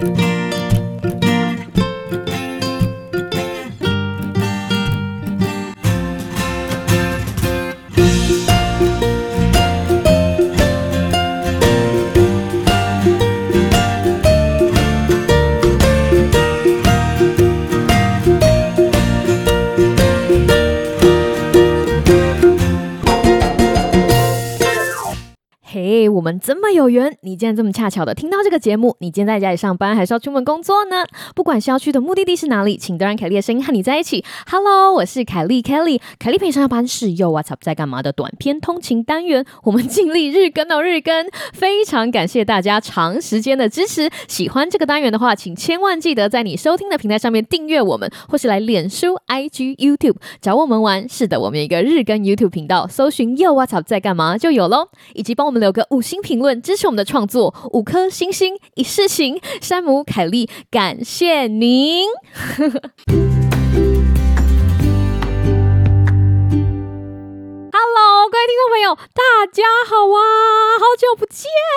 嘿，我们这么有缘，你竟然这么恰巧的听到这个节目，你今天在家里上班还是要出门工作呢？不管是要去的目的地是哪里，请都让凯莉的声音和你在一起。Hello， 我是凯莉 Kelly， 凯莉陪上下班是Yo What's Up 在干嘛的短篇通勤单元，我们尽力日更日更，非常感谢大家长时间的支持。喜欢这个单元的话，请千万记得在你收听的平台上面订阅我们，或是来脸书、IG、YouTube 找我们玩。是的，我们有一个日更 YouTube 频道，搜寻Yo What's Up 在干嘛就有咯，以及帮我们留个5星评论支持我们的创作，5颗星星一世情。山姆凯莉，感谢您。Hello， 各位听众朋友，大家好啊！好久不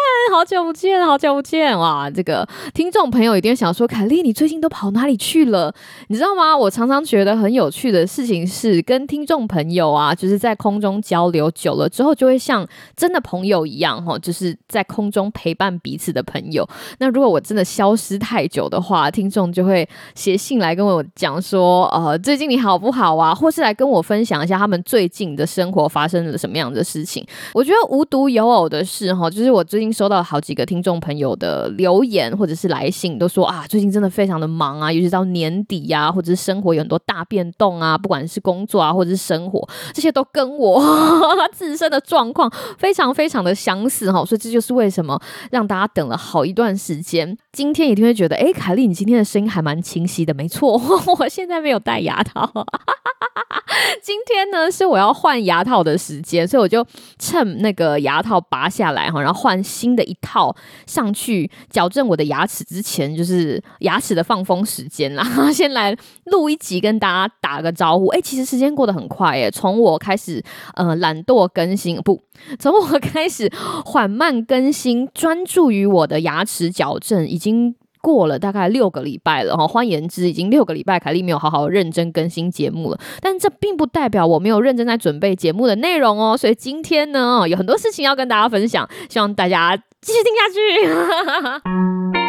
见！哇，这个听众朋友一定想说，凯莉，你最近都跑哪里去了？你知道吗？我常常觉得很有趣的事情是，跟听众朋友啊，就是在空中交流久了之后，就会像真的朋友一样，就是在空中陪伴彼此的朋友。那如果我真的消失太久的话，听众就会写信来跟我讲说，最近你好不好啊？或是来跟我分享一下他们最近的生活发生了什么样的事情。我觉得无独有偶的是，就是我最近收到好几个听众朋友的留言或者是来信，都说啊，最近真的非常的忙啊，尤其到年底啊，或者是生活有很多大变动啊，不管是工作啊或者是生活，这些都跟我自身的状况非常非常的相似，所以这就是为什么让大家等了好一段时间。今天一定会觉得，凯莉，你今天的声音还蛮清晰的。没错，我现在没有戴牙套今天呢是我要换牙套的时间，所以我就趁那个牙套拔下来，然后换新的一套上去矫正我的牙齿之前，就是牙齿的放风时间啦。先来录一集跟大家打个招呼。其实时间过得很快耶，从我开始懒惰更新，从我开始缓慢更新，专注于我的牙齿矫正，已经过了大概6个礼拜了，换言之已经6个礼拜凯莉没有好好认真更新节目了。但这并不代表我没有认真在准备节目的内容哦，所以今天呢有很多事情要跟大家分享，希望大家继续听下去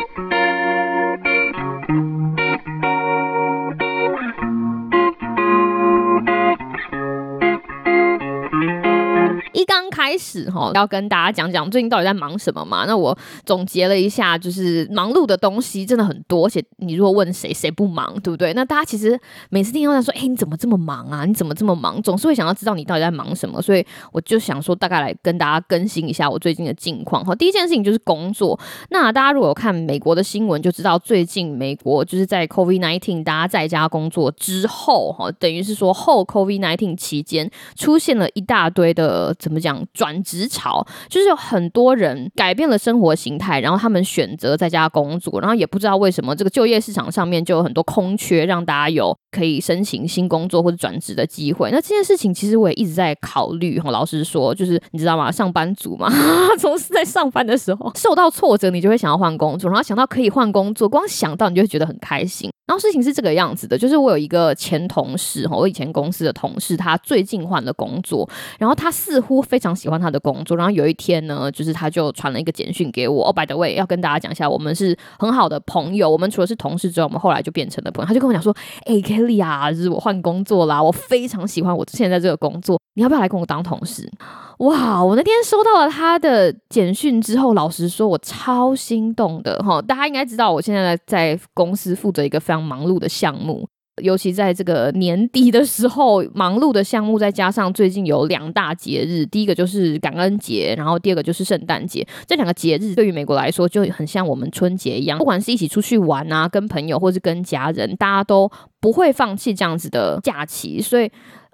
一刚开始要跟大家讲讲最近到底在忙什么嘛。那我总结了一下，就是忙碌的东西真的很多，而且你如果问谁不忙，对不对？那大家其实每次听到他说你怎么这么忙啊，你怎么这么忙，总是会想要知道你到底在忙什么。所以我就想说大概来跟大家更新一下我最近的近况。第一件事情就是工作。那大家如果有看美国的新闻就知道，最近美国就是在 COVID-19 大家在家工作之后，等于是说后 COVID-19 期间出现了一大堆的怎么讲转职潮，就是有很多人改变了生活形态，然后他们选择在家工作，然后也不知道为什么这个就业市场上面就有很多空缺，让大家有可以申请新工作或者转职的机会。那这件事情其实我也一直在考虑，老实说就是你知道吗，上班族嘛总是在上班的时候受到挫折，你就会想要换工作，然后想到可以换工作，光想到你就会觉得很开心。然后事情是这个样子的，就是我有一个前同事，我以前公司的同事，他最近换了工作，然后他似乎非常喜欢他的工作，然后有一天呢，就是他就传了一个简讯给我by the way 要跟大家讲一下，我们是很好的朋友，我们除了是同事之外，我们后来就变成了朋友。他就跟我讲说Kelly 啊，就是我换工作啦，我非常喜欢我现在这个工作，你要不要来跟我当同事？哇，我那天收到了他的简讯之后，老实说我超心动的。大家应该知道我现在在公司负责一个非常忙碌的项目，尤其在这个年底的时候，忙碌的项目再加上最近有2大节日，第一个就是感恩节，然后第二个就是圣诞节。这2个节日对于美国来说就很像我们春节一样，不管是一起出去玩啊，跟朋友或是跟家人，大家都不会放弃这样子的假期。所以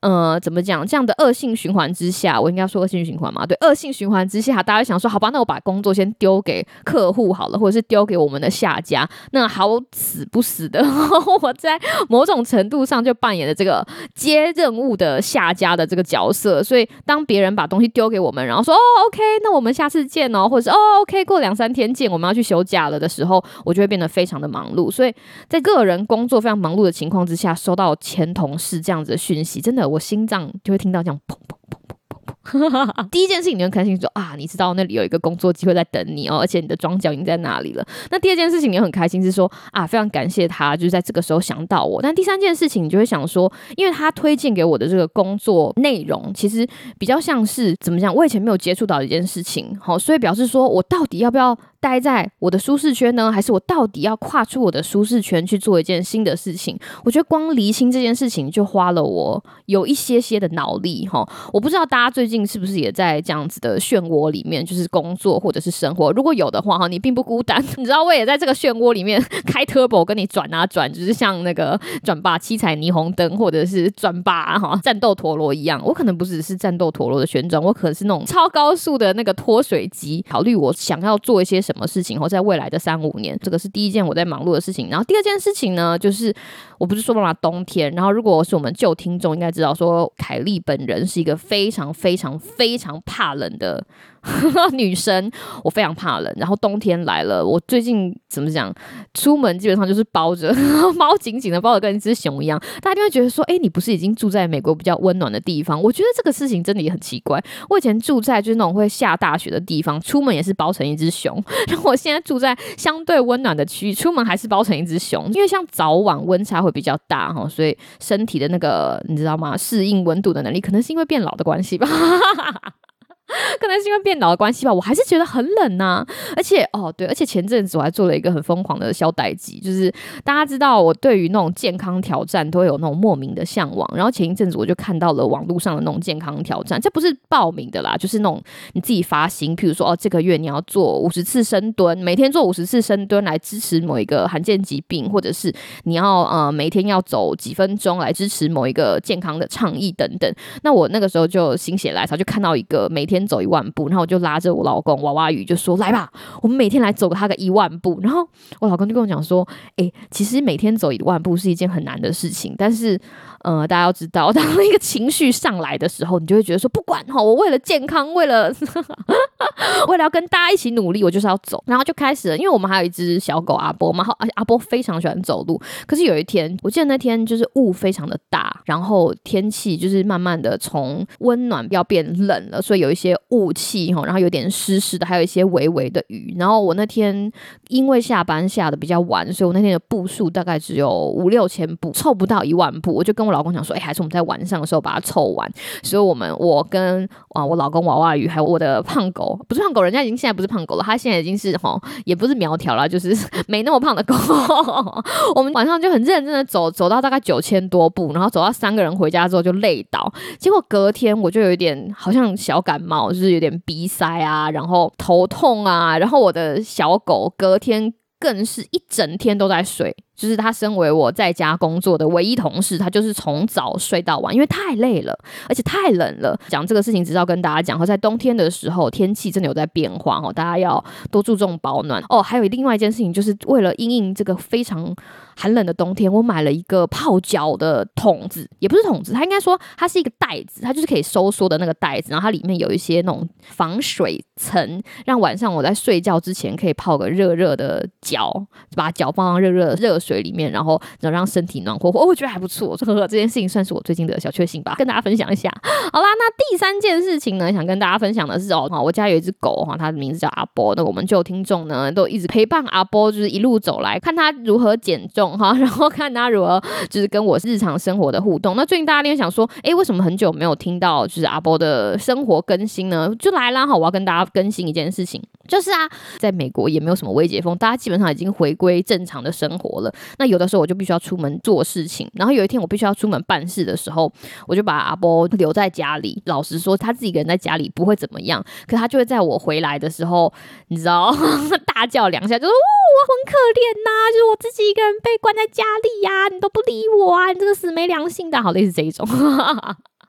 怎么讲，这样的恶性循环之下，我应该说恶性循环嘛？对，恶性循环之下，大家会想说，好吧，那我把工作先丢给客户好了，或者是丢给我们的下家。那好死不死的，我在某种程度上就扮演了这个接任务的下家的这个角色。所以当别人把东西丢给我们，然后说OK，那我们下次见哦，或者是OK，过2-3天见，我们要去休假了的时候，我就会变得非常的忙碌。所以在个人工作非常忙碌的情况之下，收到前同事这样子的讯息，真的我心脏就会听到这样砰砰砰砰。第一件事情你会开心说啊，你知道那里有一个工作机会在等你哦，而且你的庄脚已经在那里了。那第二件事情你很开心是说啊，非常感谢他就是在这个时候想到我。但第三件事情你就会想说，因为他推荐给我的这个工作内容其实比较像是怎么讲，我以前没有接触到的一件事情，好，所以表示说我到底要不要待在我的舒适圈呢，还是我到底要跨出我的舒适圈去做一件新的事情？我觉得光厘清这件事情就花了我有一些的脑力齁。我不知道大家最近是不是也在这样子的漩涡里面，就是工作或者是生活。如果有的话你并不孤单，你知道我也在这个漩涡里面开 turbo 跟你转啊转，就是像那个转吧七彩霓虹灯或者是转吧战斗陀螺一样。我可能不只是战斗陀螺的旋转，我可能是那种超高速的那个脱水机，考虑我想要做一些什么事情或在未来的3-5年。这个是第一件我在忙碌的事情。然后第二件事情呢，就是我不是说嘛冬天，然后如果是我们旧听众应该知道说凯莉本人是一个非常非常非常怕冷的女生，我非常怕冷。然后冬天来了，我最近怎么讲，出门基本上就是包着包紧紧的，包着跟一只熊一样。大家就会觉得说你不是已经住在美国比较温暖的地方？我觉得这个事情真的也很奇怪。我以前住在就是那种会下大雪的地方，出门也是包成一只熊。然后我现在住在相对温暖的区域，出门还是包成一只熊。因为像早晚温差会比较大，所以身体的那个你知道吗，适应温度的能力，可能是因为变老的关系吧可能是因为变老的关系吧，我还是觉得很冷啊。而且对，而且前阵子我还做了一个很疯狂的小代志，就是大家知道我对于那种健康挑战都会有那种莫名的向往。然后前一阵子我就看到了网络上的那种健康挑战，这不是报名的啦，就是那种你自己发心，譬如说这个月你要做50次深蹲，每天做50次深蹲来支持某一个罕见疾病，或者是你要每天要走几分钟来支持某一个健康的倡议等等。那我那个时候就心血来潮，就看到一个每天走1万步，然后我就拉着我老公娃娃鱼就说来吧，我们每天来走个1万步。然后我老公就跟我讲说其实每天走1万步是一件很难的事情，但是大家要知道，当一个情绪上来的时候，你就会觉得说不管我为了健康，为了要跟大家一起努力，我就是要走。然后就开始了，因为我们还有一只小狗阿波嘛，而且阿波非常喜欢走路。可是有一天，我记得那天就是雾非常的大，然后天气就是慢慢的从温暖要变冷了，所以有一些雾气，然后有点湿湿的，还有一些微微的雨。然后我那天因为下班下的比较晚，所以我那天的步数大概只有5-6千步，凑不到1万步。我就跟我老公讲说还是我们在晚上的时候把它凑完。所以我跟我老公娃娃鱼还有我的胖狗，不是胖狗，人家已经现在不是胖狗了，他现在已经是也不是苗条了，就是没那么胖的狗我们晚上就很认真的走到大概9000多步，然后走到3个人回家之后就累倒。结果隔天我就有一点好像小感冒，就是有点鼻塞啊，然后头痛啊，然后我的小狗隔天更是一整天都在睡。就是他身为我在家工作的唯一同事，他就是从早睡到晚，因为太累了，而且太冷了。讲这个事情只是要跟大家讲，在冬天的时候天气真的有在变化，大家要多注重保暖。还有另外一件事情，就是为了因应这个非常寒冷的冬天，我买了一个泡脚的桶子，也不是桶子，它应该说它是一个袋子，它就是可以收缩的那个袋子，然后它里面有一些那种防水层，让晚上我在睡觉之前可以泡个热热的脚，把脚放到热热的热水里面，然后让身体暖和和。我觉得还不错，这件事情算是我最近的小确幸吧，跟大家分享一下。好啦，那第三件事情呢，想跟大家分享的是我家有一只狗，它的名字叫阿波。那我们旧听众呢都一直陪伴阿波，就是一路走来，看他如何减重然后看他如何就是跟我日常生活的互动。那最近大家一定想说为什么很久没有听到就是阿波的生活更新呢？就来啦，我要跟大家更新一件事情，就是在美国也没有什么微解封，大家基本上已经回归正常的生活了。那有的时候我就必须要出门做事情，然后有一天我必须要出门办事的时候，我就把阿波留在家里。老实说他自己一个人在家里不会怎么样，可他就会在我回来的时候你知道大叫2下，就说我很可怜就是我自己一个人被关在家里你都不理我你这个死没良心的，好类似这一种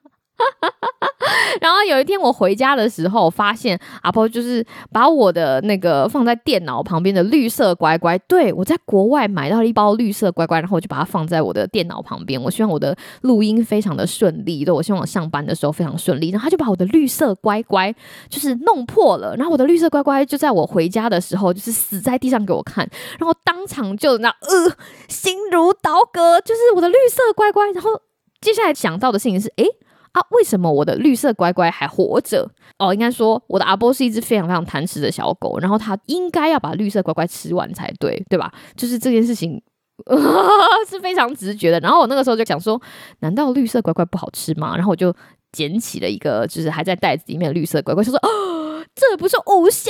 然后有一天我回家的时候，发现阿婆就是把我的那个放在电脑旁边的绿色乖乖，对，我在国外买到了一包绿色乖乖，然后我就把它放在我的电脑旁边。我希望我的录音非常的顺利，对，我希望我上班的时候非常顺利。然后他就把我的绿色乖乖就是弄破了，然后我的绿色乖乖就在我回家的时候就是死在地上给我看，然后当场就心如刀割，就是我的绿色乖乖。然后接下来想到的事情是，为什么我的绿色乖乖还活着？应该说我的阿波是一只非常非常贪吃的小狗，然后它应该要把绿色乖乖吃完才对，对吧？就是这件事情是非常直觉的。然后我那个时候就想说，难道绿色乖乖不好吃吗？然后我就捡起了一个就是还在袋子里面的绿色乖乖，说这不是五香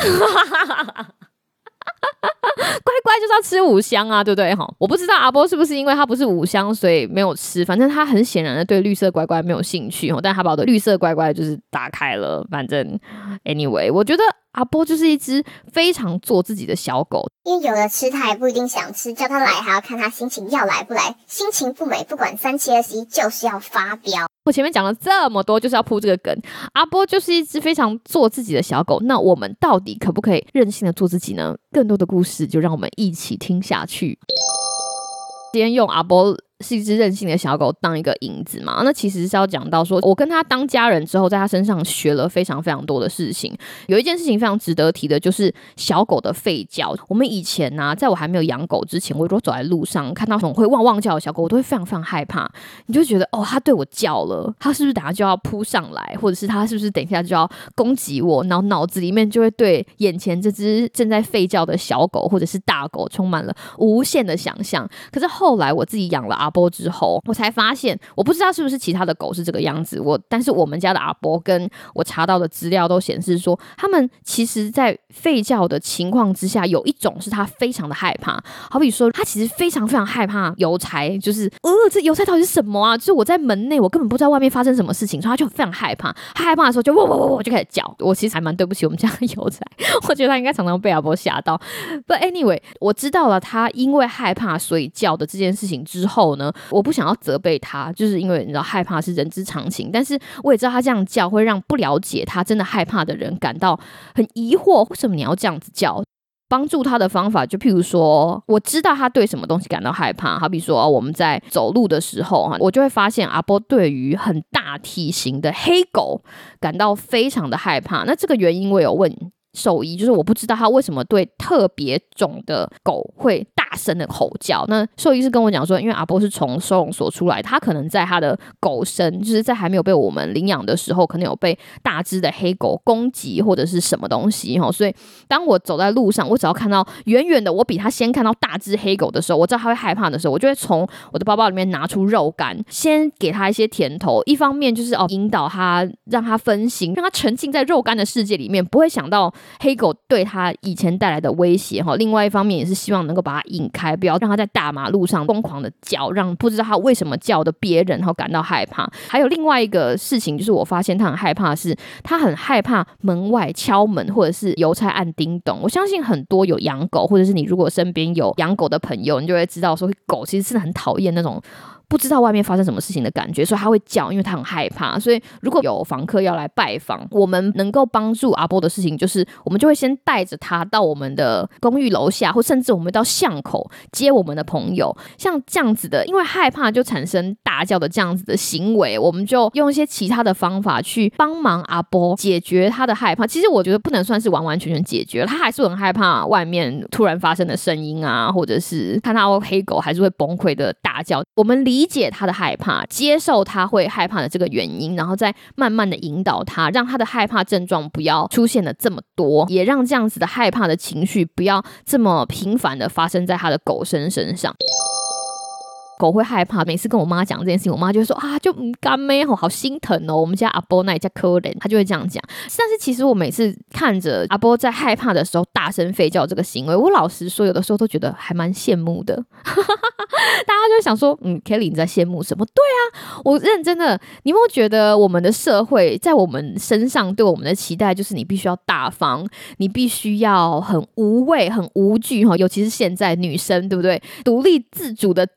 乖乖就是要吃五香啊，对不对？我不知道阿波是不是因为他不是五香所以没有吃，反正他很显然的对绿色乖乖没有兴趣，但他把我的绿色乖乖就是打开了。反正 anyway 我觉得阿波就是一只非常做自己的小狗， 因为有的吃他也不一定想吃，叫他来还要看他心情要来不来，心情不美不管3七21就是要发飙。 我前面讲了这么多就是要铺这个梗，阿波就是一只非常做自己的小狗，那我们到底可不可以任性的做自己呢？更多的故事就让我们一起听下去。今天用阿波是一只任性的小狗当一个引子嘛，那其实是要讲到说我跟他当家人之后，在他身上学了非常非常多的事情。有一件事情非常值得提的，就是小狗的吠叫。我们以前啊，在我还没有养狗之前，我如果走在路上看到那种会汪汪叫的小狗，我都会非常非常害怕。你就觉得它对我叫了，它是不是等下就要扑上来，或者是它是不是等一下就要攻击我，然后脑子里面就会对眼前这只正在吠叫的小狗或者是大狗充满了无限的想象。可是后来我自己养了阿波之后，我才发现，我不知道是不是其他的狗是这个样子，但是我们家的阿波跟我查到的资料都显示说，他们其实在吠叫的情况之下，有一种是他非常的害怕，好比说他其实非常非常害怕邮差，就是这邮差到底是什么啊？就是我在门内，我根本不知道外面发生什么事情，所以他就非常害怕。他害怕的时候就喔就开始叫。我其实还蛮对不起我们家的邮差，我觉得他应该常常被阿波吓到。But anyway， 我知道了他因为害怕所以叫的这件事情之后呢，我不想要责备他，就是因为你知道害怕是人之常情，但是我也知道他这样叫会让不了解他真的害怕的人感到很疑惑，为什么你要这样子叫？帮助他的方法就譬如说，我知道他对什么东西感到害怕，好比说我们在走路的时候，我就会发现阿波对于很大体型的黑狗感到非常的害怕。那这个原因我有问兽医，就是我不知道他为什么对特别种的狗会大声的吼叫。那兽医是跟我讲说，因为阿波是从收容所出来，他可能在他的狗生，就是在还没有被我们领养的时候，可能有被大只的黑狗攻击或者是什么东西，所以当我走在路上，我只要看到远远的我比他先看到大只黑狗的时候，我知道他会害怕的时候，我就会从我的包包里面拿出肉干，先给他一些甜头，一方面就是引导他，让他分心，让他沉浸在肉干的世界里面，不会想到黑狗对他以前带来的威胁。另外一方面也是希望能够把他引开，不要让他在大马路上疯狂的叫，让不知道他为什么叫的别人感到害怕。还有另外一个事情，就是我发现他很害怕的是，他很害怕门外敲门或者是邮差按叮咚。我相信很多有养狗，或者是你如果身边有养狗的朋友，你就会知道说，狗其实真的很讨厌那种不知道外面发生什么事情的感觉，所以他会叫，因为他很害怕。所以如果有房客要来拜访，我们能够帮助阿波的事情，就是我们就会先带着他到我们的公寓楼下，或甚至我们到巷口接我们的朋友。像这样子的，因为害怕就产生大叫的这样子的行为，我们就用一些其他的方法去帮忙阿波解决他的害怕。其实我觉得不能算是完完全全解决，他还是很害怕外面突然发生的声音啊，或者是看到黑狗还是会崩溃的大叫。我们理解他的害怕，接受他会害怕的这个原因，然后再慢慢的引导他，让他的害怕症状不要出现的这么多，也让这样子的害怕的情绪不要这么频繁的发生在他的狗身上。狗会害怕，每次跟我妈讲这件事情，我妈就会说就甘咩好心疼哦，我们家阿波那一家可怜，她就会这样讲。但是其实我每次看着阿波在害怕的时候大声吠叫这个行为，我老实说有的时候都觉得还蛮羡慕的。大家就想说Kelly 你在羡慕什么？对啊，我认真的，你有没有觉得我们的社会在我们身上对我们的期待就是你必须要大方，你必须要很无畏很无惧，尤其是现在女生对不对，独立自主的职场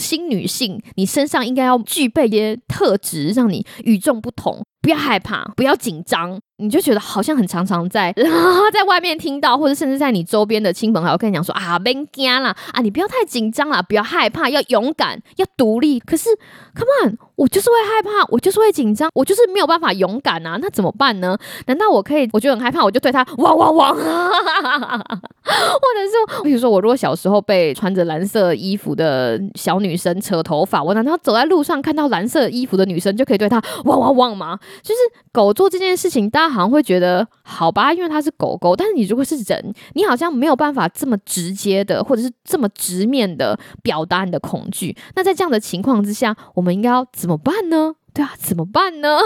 新女性，你身上应该要具备一些特质，让你与众不同。不要害怕，不要紧张，你就觉得好像很常在外面听到，或者甚至在你周边的亲朋好友跟你讲说啊，别惊啦，啊，你不要太紧张啦，不要害怕，要勇敢，要独立。可是 ，come on， 我就是会害怕，我就是会紧张，我就是没有办法勇敢啊，那怎么办呢？难道我可以，我觉得很害怕，我就对他汪汪汪，或者是比如说我如果小时候被穿着蓝色衣服的小女生扯头发，我难道走在路上看到蓝色衣服的女生就可以对她汪汪汪吗？就是狗做这件事情，大家好像会觉得好吧，因为它是狗狗。但是你如果是人，你好像没有办法这么直接的，或者是这么直面的表达你的恐惧。那在这样的情况之下，我们应该要怎么办呢？对啊，怎么办呢？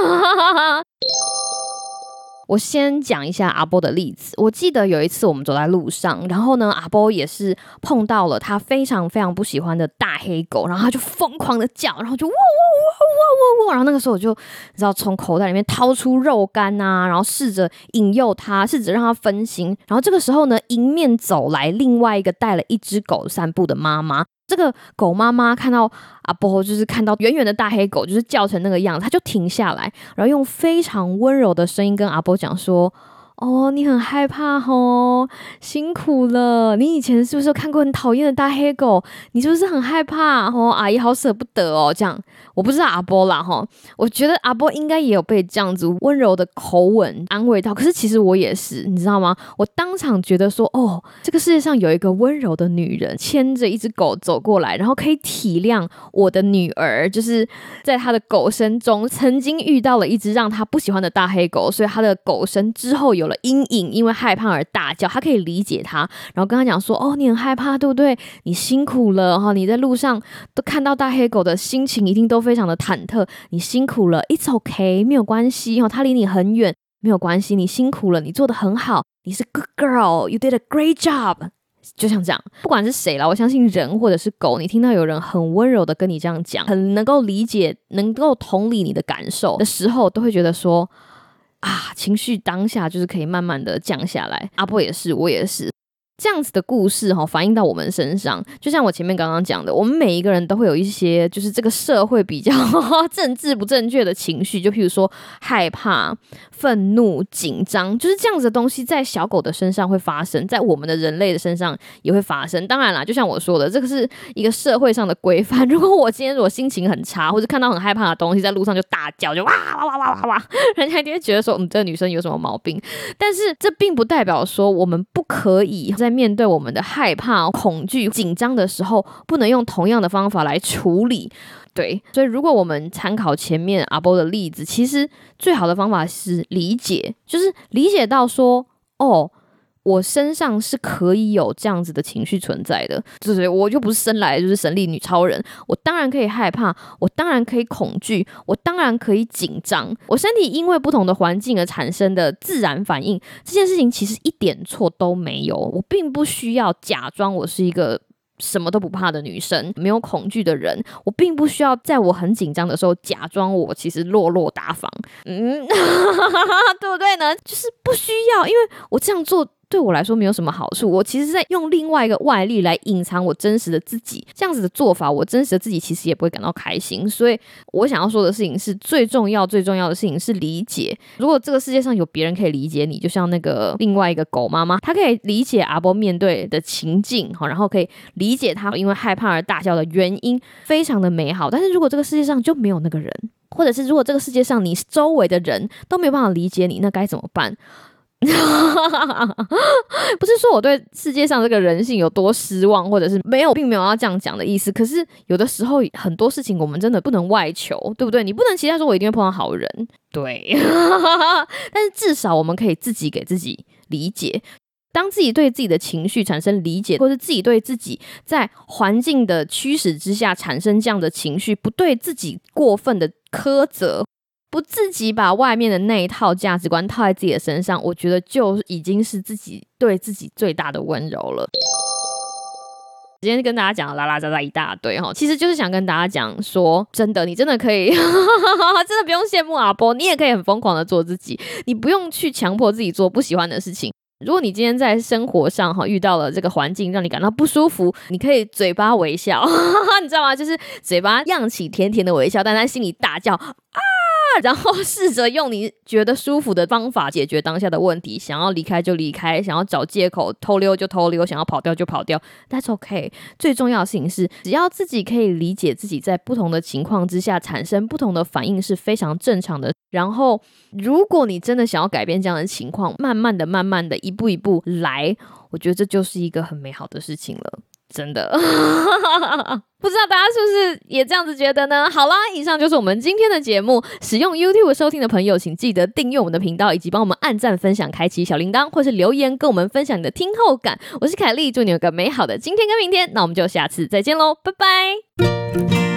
我先讲一下阿波的例子。我记得有一次我们走在路上，然后呢，阿波也是碰到了他非常非常不喜欢的大黑狗，然后他就疯狂的叫，然后就哇哇哇哇哇哇，然后那个时候我就你知道从口袋里面掏出肉干啊，然后试着引诱他，试着让他分心。然后这个时候呢，迎面走来另外一个带了一只狗散步的妈妈。这个狗妈妈看到阿波，就是看到远远的大黑狗就是叫成那个样，她就停下来，然后用非常温柔的声音跟阿波讲说，哦，你很害怕哦，辛苦了。你以前是不是有看过很讨厌的大黑狗？你是不是很害怕哦？阿姨好舍不得哦。这样我不知道阿波啦哈，我觉得阿波应该也有被这样子温柔的口吻安慰到。可是其实我也是，你知道吗？我当场觉得说，哦，这个世界上有一个温柔的女人牵着一只狗走过来，然后可以体谅我的女儿，就是在她的狗生中曾经遇到了一只让她不喜欢的大黑狗，所以她的狗生之后有了阴影，因为害怕而大叫。她可以理解她，然后跟她讲说，哦，你很害怕对不对？你辛苦了哈，你在路上都看到大黑狗的心情一定都非常的忐忑，你辛苦了 ，It's okay， 没有关系哈，它离你很远，没有关系，你辛苦了，你做得很好，你是 good girl，you did a great job。就像这样，不管是谁啦，我相信人或者是狗，你听到有人很温柔的跟你这样讲，很能够理解，能够同理你的感受的时候，都会觉得说啊，情绪当下就是可以慢慢的降下来。阿波也是，我也是。这样子的故事反映到我们身上，就像我前面刚刚讲的，我们每一个人都会有一些就是这个社会比较政治不正确的情绪，就譬如说害怕、愤怒、紧张，就是这样子的东西在小狗的身上会发生，在我们的人类的身上也会发生。当然啦，就像我说的，这个是一个社会上的规范。如果我今天如果心情很差，或者看到很害怕的东西，在路上就大叫，就哇哇哇哇哇哇，人家一定会觉得说，这个女生有什么毛病。但是这并不代表说我们不可以在面对我们的害怕、恐惧、紧张的时候，不能用同样的方法来处理。对，所以如果我们参考前面阿波的例子，其实最好的方法是理解，就是理解到说，哦，我身上是可以有这样子的情绪存在的，就是我就不是生来就是神力女超人，我当然可以害怕，我当然可以恐惧，我当然可以紧张，我身体因为不同的环境而产生的自然反应，这件事情其实一点错都没有，我并不需要假装我是一个什么都不怕的女生，没有恐惧的人，我并不需要在我很紧张的时候假装我其实落落大方，对不对呢？就是不需要，因为我这样做对我来说没有什么好处，我其实是在用另外一个外力来隐藏我真实的自己，这样子的做法，我真实的自己其实也不会感到开心。所以我想要说的事情是，最重要的事情是理解。如果这个世界上有别人可以理解你，就像那个另外一个狗妈妈，她可以理解阿波面对的情境，然后可以理解他因为害怕而大叫的原因，非常的美好。但是如果这个世界上就没有那个人，或者是如果这个世界上你周围的人都没有办法理解你，那该怎么办？不是说我对世界上这个人性有多失望，或者是并没有要这样讲的意思。可是有的时候很多事情我们真的不能外求，对不对？你不能期待说我一定会碰到好人，对。但是至少我们可以自己给自己理解。当自己对自己的情绪产生理解，或是自己对自己在环境的驱使之下产生这样的情绪，不对自己过分的苛责，不自己把外面的那一套价值观套在自己的身上，我觉得就已经是自己对自己最大的温柔了。今天跟大家讲的拉拉杂杂一大堆，其实就是想跟大家讲说，真的，你真的可以真的不用羡慕阿波，你也可以很疯狂的做自己，你不用去强迫自己做不喜欢的事情， 如果你今天在生活上遇到了这个环境让你感到不舒服，你可以嘴巴微笑你知道吗？就是嘴巴漾起甜甜的微笑，但在心里大叫啊，然后试着用你觉得舒服的方法解决当下的问题，想要离开就离开，想要找借口偷溜就偷溜，想要跑掉就跑掉， That's okay。 最重要的事情是只要自己可以理解自己在不同的情况之下产生不同的反应是非常正常的，然后如果你真的想要改变这样的情况，慢慢的一步一步来，我觉得这就是一个很美好的事情了，真的不知道大家是不是也这样子觉得呢？好啦，以上就是我们今天的节目。使用 YouTube 收听的朋友请记得订阅我们的频道，以及帮我们按赞分享开启小铃铛，或是留言跟我们分享你的听后感。我是凯莉，祝你有个美好的今天跟明天，那我们就下次再见咯，拜拜。